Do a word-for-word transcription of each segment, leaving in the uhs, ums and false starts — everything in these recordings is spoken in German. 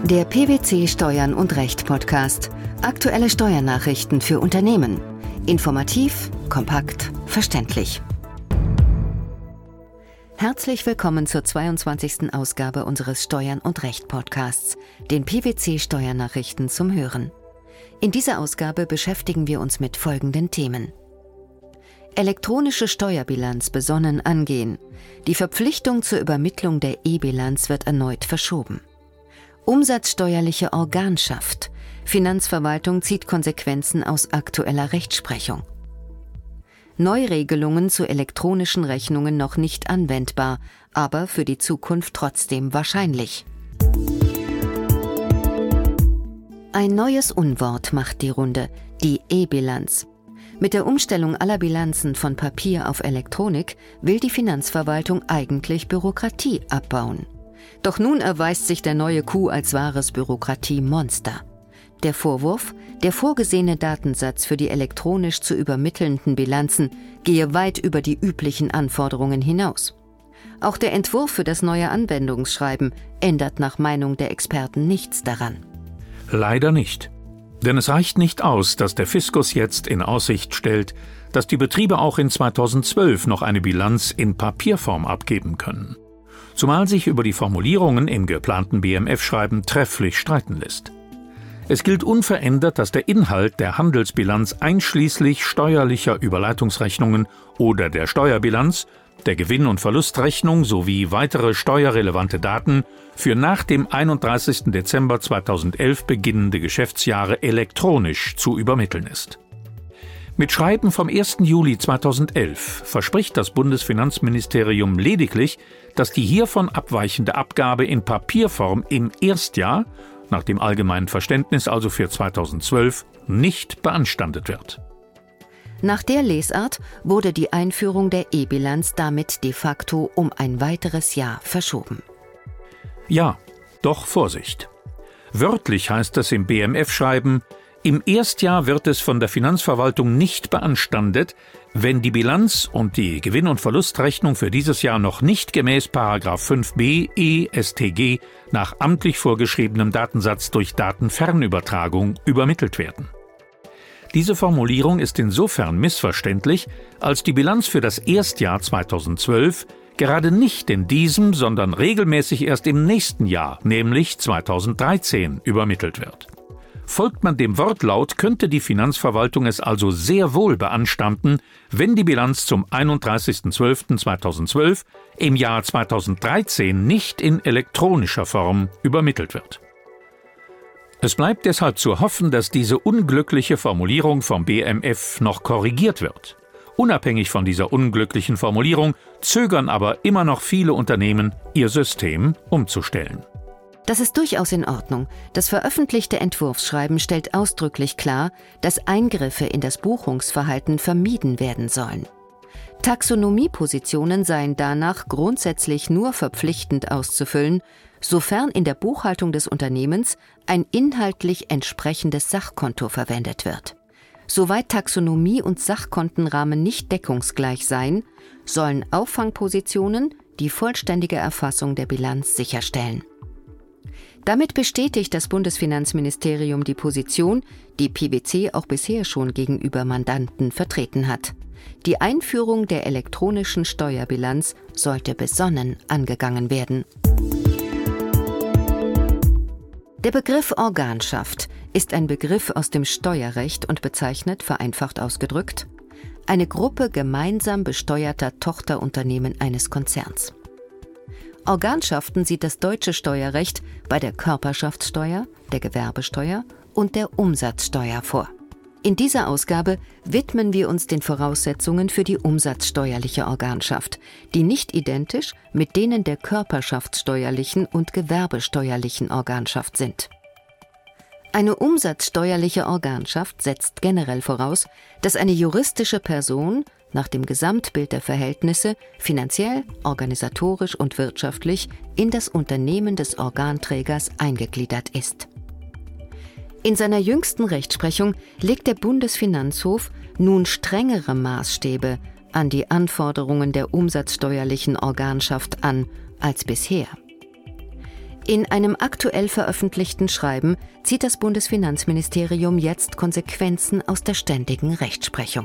Der P W C Steuern und Recht Podcast. Aktuelle Steuernachrichten für Unternehmen. Informativ, kompakt, verständlich. Herzlich willkommen zur zweiundzwanzigsten Ausgabe unseres Steuern und Recht Podcasts, den P W C Steuernachrichten zum Hören. In dieser Ausgabe beschäftigen wir uns mit folgenden Themen. Elektronische Steuerbilanz besonnen angehen. Die Verpflichtung zur Übermittlung der E-Bilanz wird erneut verschoben. Umsatzsteuerliche Organschaft. Finanzverwaltung zieht Konsequenzen aus aktueller Rechtsprechung. Neuregelungen zu elektronischen Rechnungen noch nicht anwendbar, aber für die Zukunft trotzdem wahrscheinlich. Ein neues Unwort macht die Runde, die E-Bilanz. Mit der Umstellung aller Bilanzen von Papier auf Elektronik will die Finanzverwaltung eigentlich Bürokratie abbauen. Doch nun erweist sich der neue Coup als wahres Bürokratiemonster. Der Vorwurf, der vorgesehene Datensatz für die elektronisch zu übermittelnden Bilanzen gehe weit über die üblichen Anforderungen hinaus. Auch der Entwurf für das neue Anwendungsschreiben ändert nach Meinung der Experten nichts daran. Leider nicht. Denn es reicht nicht aus, dass der Fiskus jetzt in Aussicht stellt, dass die Betriebe auch in zweitausendzwölf noch eine Bilanz in Papierform abgeben können. Zumal sich über die Formulierungen im geplanten B M F-Schreiben trefflich streiten lässt. Es gilt unverändert, dass der Inhalt der Handelsbilanz einschließlich steuerlicher Überleitungsrechnungen oder der Steuerbilanz, der Gewinn- und Verlustrechnung sowie weitere steuerrelevante Daten für nach dem einunddreißigsten Dezember zweitausendelf beginnende Geschäftsjahre elektronisch zu übermitteln ist. Mit Schreiben vom ersten Juli zweitausendelf verspricht das Bundesfinanzministerium lediglich, dass die hiervon abweichende Abgabe in Papierform im Erstjahr, nach dem allgemeinen Verständnis also für zweitausendzwölf, nicht beanstandet wird. Nach der Lesart wurde die Einführung der E-Bilanz damit de facto um ein weiteres Jahr verschoben. Ja, doch Vorsicht. Wörtlich heißt es im B M F-Schreiben, im Erstjahr wird es von der Finanzverwaltung nicht beanstandet, wenn die Bilanz und die Gewinn- und Verlustrechnung für dieses Jahr noch nicht gemäß Paragraph fünf b E S t G nach amtlich vorgeschriebenem Datensatz durch Datenfernübertragung übermittelt werden. Diese Formulierung ist insofern missverständlich, als die Bilanz für das Erstjahr zweitausendzwölf gerade nicht in diesem, sondern regelmäßig erst im nächsten Jahr, nämlich zweitausenddreizehn, übermittelt wird. Folgt man dem Wortlaut, könnte die Finanzverwaltung es also sehr wohl beanstanden, wenn die Bilanz zum einunddreißigsten zwölften zweitausendzwölf im Jahr zweitausenddreizehn nicht in elektronischer Form übermittelt wird. Es bleibt deshalb zu hoffen, dass diese unglückliche Formulierung vom B M F noch korrigiert wird. Unabhängig von dieser unglücklichen Formulierung zögern aber immer noch viele Unternehmen, ihr System umzustellen. Das ist durchaus in Ordnung. Das veröffentlichte Entwurfsschreiben stellt ausdrücklich klar, dass Eingriffe in das Buchungsverhalten vermieden werden sollen. Taxonomiepositionen seien danach grundsätzlich nur verpflichtend auszufüllen, sofern in der Buchhaltung des Unternehmens ein inhaltlich entsprechendes Sachkonto verwendet wird. Soweit Taxonomie und Sachkontenrahmen nicht deckungsgleich seien, sollen Auffangpositionen die vollständige Erfassung der Bilanz sicherstellen. Damit bestätigt das Bundesfinanzministerium die Position, die P W C auch bisher schon gegenüber Mandanten vertreten hat. Die Einführung der elektronischen Steuerbilanz sollte besonnen angegangen werden. Der Begriff Organschaft ist ein Begriff aus dem Steuerrecht und bezeichnet, vereinfacht ausgedrückt, eine Gruppe gemeinsam besteuerter Tochterunternehmen eines Konzerns. Organschaften sieht das deutsche Steuerrecht bei der Körperschaftssteuer, der Gewerbesteuer und der Umsatzsteuer vor. In dieser Ausgabe widmen wir uns den Voraussetzungen für die umsatzsteuerliche Organschaft, die nicht identisch mit denen der körperschaftssteuerlichen und gewerbesteuerlichen Organschaft sind. Eine umsatzsteuerliche Organschaft setzt generell voraus, dass eine juristische Person nach dem Gesamtbild der Verhältnisse finanziell, organisatorisch und wirtschaftlich in das Unternehmen des Organträgers eingegliedert ist. In seiner jüngsten Rechtsprechung legt der Bundesfinanzhof nun strengere Maßstäbe an die Anforderungen der umsatzsteuerlichen Organschaft an als bisher. In einem aktuell veröffentlichten Schreiben zieht das Bundesfinanzministerium jetzt Konsequenzen aus der ständigen Rechtsprechung.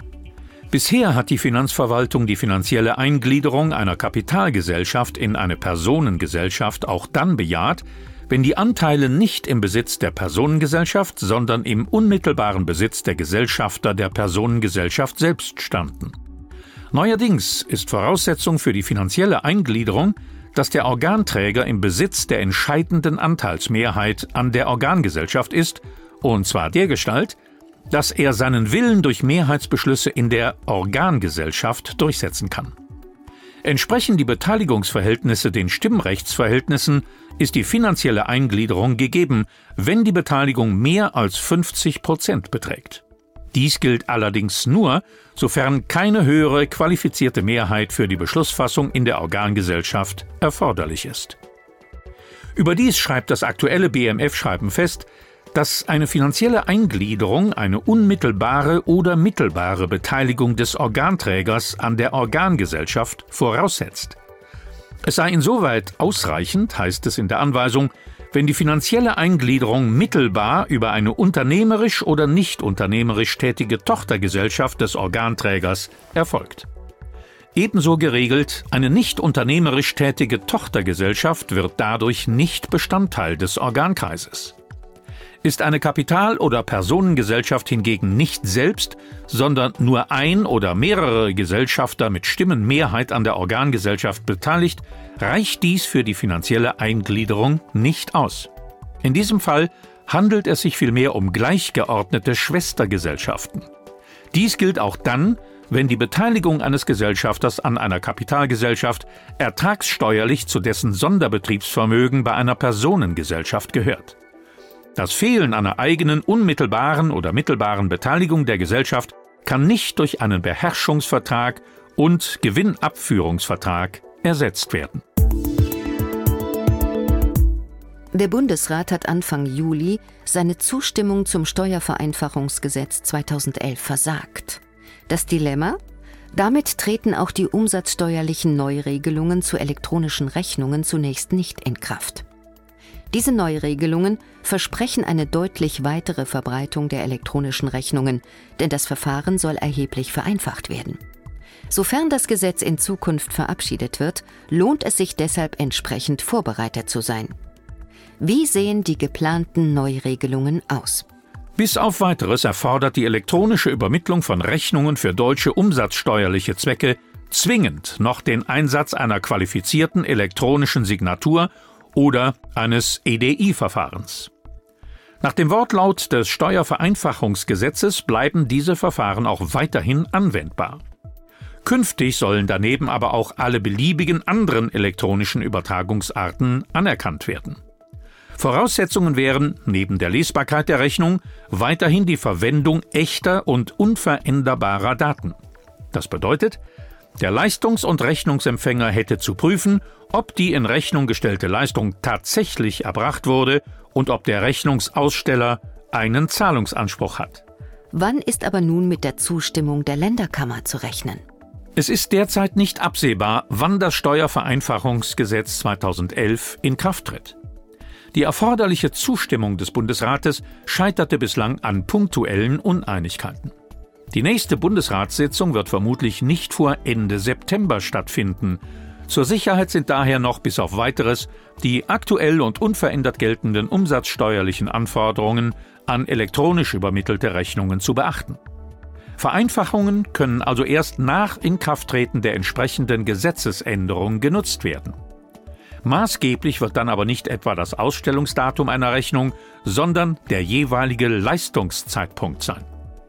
Bisher hat die Finanzverwaltung die finanzielle Eingliederung einer Kapitalgesellschaft in eine Personengesellschaft auch dann bejaht, wenn die Anteile nicht im Besitz der Personengesellschaft, sondern im unmittelbaren Besitz der Gesellschafter der Personengesellschaft selbst standen. Neuerdings ist Voraussetzung für die finanzielle Eingliederung, dass der Organträger im Besitz der entscheidenden Anteilsmehrheit an der Organgesellschaft ist, und zwar dergestalt, dass er seinen Willen durch Mehrheitsbeschlüsse in der Organgesellschaft durchsetzen kann. Entsprechen die Beteiligungsverhältnisse den Stimmrechtsverhältnissen, ist die finanzielle Eingliederung gegeben, wenn die Beteiligung mehr als fünfzig Prozent beträgt. Dies gilt allerdings nur, sofern keine höhere qualifizierte Mehrheit für die Beschlussfassung in der Organgesellschaft erforderlich ist. Überdies schreibt das aktuelle B M F-Schreiben fest, dass eine finanzielle Eingliederung eine unmittelbare oder mittelbare Beteiligung des Organträgers an der Organgesellschaft voraussetzt. Es sei insoweit ausreichend, heißt es in der Anweisung, wenn die finanzielle Eingliederung mittelbar über eine unternehmerisch oder nicht unternehmerisch tätige Tochtergesellschaft des Organträgers erfolgt. Ebenso geregelt, eine nicht unternehmerisch tätige Tochtergesellschaft wird dadurch nicht Bestandteil des Organkreises. Ist eine Kapital- oder Personengesellschaft hingegen nicht selbst, sondern nur ein oder mehrere Gesellschafter mit Stimmenmehrheit an der Organgesellschaft beteiligt, reicht dies für die finanzielle Eingliederung nicht aus. In diesem Fall handelt es sich vielmehr um gleichgeordnete Schwestergesellschaften. Dies gilt auch dann, wenn die Beteiligung eines Gesellschafters an einer Kapitalgesellschaft ertragssteuerlich zu dessen Sonderbetriebsvermögen bei einer Personengesellschaft gehört. Das Fehlen einer eigenen unmittelbaren oder mittelbaren Beteiligung der Gesellschaft kann nicht durch einen Beherrschungsvertrag und Gewinnabführungsvertrag ersetzt werden. Der Bundesrat hat Anfang Juli seine Zustimmung zum Steuervereinfachungsgesetz zweitausendelf versagt. Das Dilemma? Damit treten auch die umsatzsteuerlichen Neuregelungen zu elektronischen Rechnungen zunächst nicht in Kraft. Diese Neuregelungen versprechen eine deutlich weitere Verbreitung der elektronischen Rechnungen, denn das Verfahren soll erheblich vereinfacht werden. Sofern das Gesetz in Zukunft verabschiedet wird, lohnt es sich deshalb entsprechend vorbereitet zu sein. Wie sehen die geplanten Neuregelungen aus? Bis auf Weiteres erfordert die elektronische Übermittlung von Rechnungen für deutsche umsatzsteuerliche Zwecke zwingend noch den Einsatz einer qualifizierten elektronischen Signatur oder eines E D I-Verfahrens. Nach dem Wortlaut des Steuervereinfachungsgesetzes bleiben diese Verfahren auch weiterhin anwendbar. Künftig sollen daneben aber auch alle beliebigen anderen elektronischen Übertragungsarten anerkannt werden. Voraussetzungen wären, neben der Lesbarkeit der Rechnung, weiterhin die Verwendung echter und unveränderbarer Daten. Das bedeutet, der Leistungs- und Rechnungsempfänger hätte zu prüfen, ob die in Rechnung gestellte Leistung tatsächlich erbracht wurde und ob der Rechnungsaussteller einen Zahlungsanspruch hat. Wann ist aber nun mit der Zustimmung der Länderkammer zu rechnen? Es ist derzeit nicht absehbar, wann das Steuervereinfachungsgesetz zweitausendelf in Kraft tritt. Die erforderliche Zustimmung des Bundesrates scheiterte bislang an punktuellen Uneinigkeiten. Die nächste Bundesratssitzung wird vermutlich nicht vor Ende September stattfinden. Zur Sicherheit sind daher noch bis auf Weiteres die aktuell und unverändert geltenden umsatzsteuerlichen Anforderungen an elektronisch übermittelte Rechnungen zu beachten. Vereinfachungen können also erst nach Inkrafttreten der entsprechenden Gesetzesänderung genutzt werden. Maßgeblich wird dann aber nicht etwa das Ausstellungsdatum einer Rechnung, sondern der jeweilige Leistungszeitpunkt sein.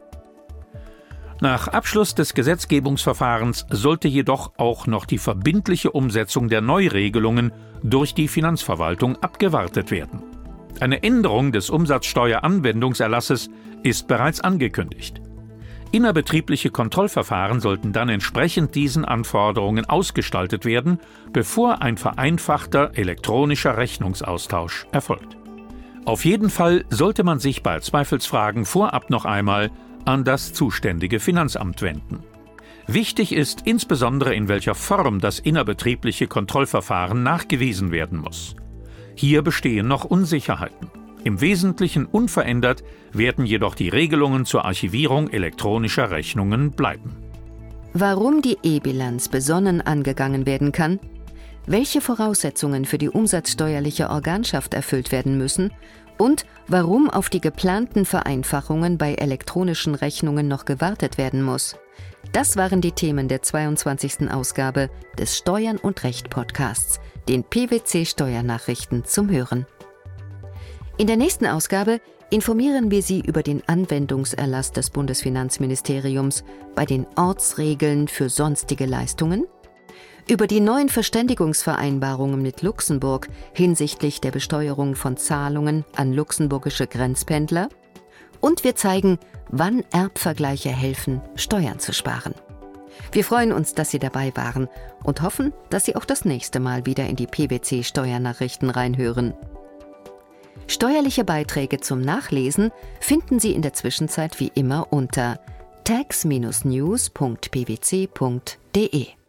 Nach Abschluss des Gesetzgebungsverfahrens sollte jedoch auch noch die verbindliche Umsetzung der Neuregelungen durch die Finanzverwaltung abgewartet werden. Eine Änderung des Umsatzsteueranwendungserlasses ist bereits angekündigt. Innerbetriebliche Kontrollverfahren sollten dann entsprechend diesen Anforderungen ausgestaltet werden, bevor ein vereinfachter elektronischer Rechnungsaustausch erfolgt. Auf jeden Fall sollte man sich bei Zweifelsfragen vorab noch einmal an das zuständige Finanzamt wenden. Wichtig ist insbesondere, in welcher Form das innerbetriebliche Kontrollverfahren nachgewiesen werden muss. Hier bestehen noch Unsicherheiten. Im Wesentlichen unverändert werden jedoch die Regelungen zur Archivierung elektronischer Rechnungen bleiben. Warum die E-Bilanz besonnen angegangen werden kann, welche Voraussetzungen für die umsatzsteuerliche Organschaft erfüllt werden müssen und warum auf die geplanten Vereinfachungen bei elektronischen Rechnungen noch gewartet werden muss. Das waren die Themen der zweiundzwanzigsten Ausgabe des Steuern und Recht Podcasts, den P W C Steuernachrichten zum Hören. In der nächsten Ausgabe informieren wir Sie über den Anwendungserlass des Bundesfinanzministeriums bei den Ortsregeln für sonstige Leistungen, über die neuen Verständigungsvereinbarungen mit Luxemburg hinsichtlich der Besteuerung von Zahlungen an luxemburgische Grenzpendler und wir zeigen, wann Erbvergleiche helfen, Steuern zu sparen. Wir freuen uns, dass Sie dabei waren und hoffen, dass Sie auch das nächste Mal wieder in die P W C Steuernachrichten reinhören. Steuerliche Beiträge zum Nachlesen finden Sie in der Zwischenzeit wie immer unter tax Bindestrich news punkt p w c punkt d e.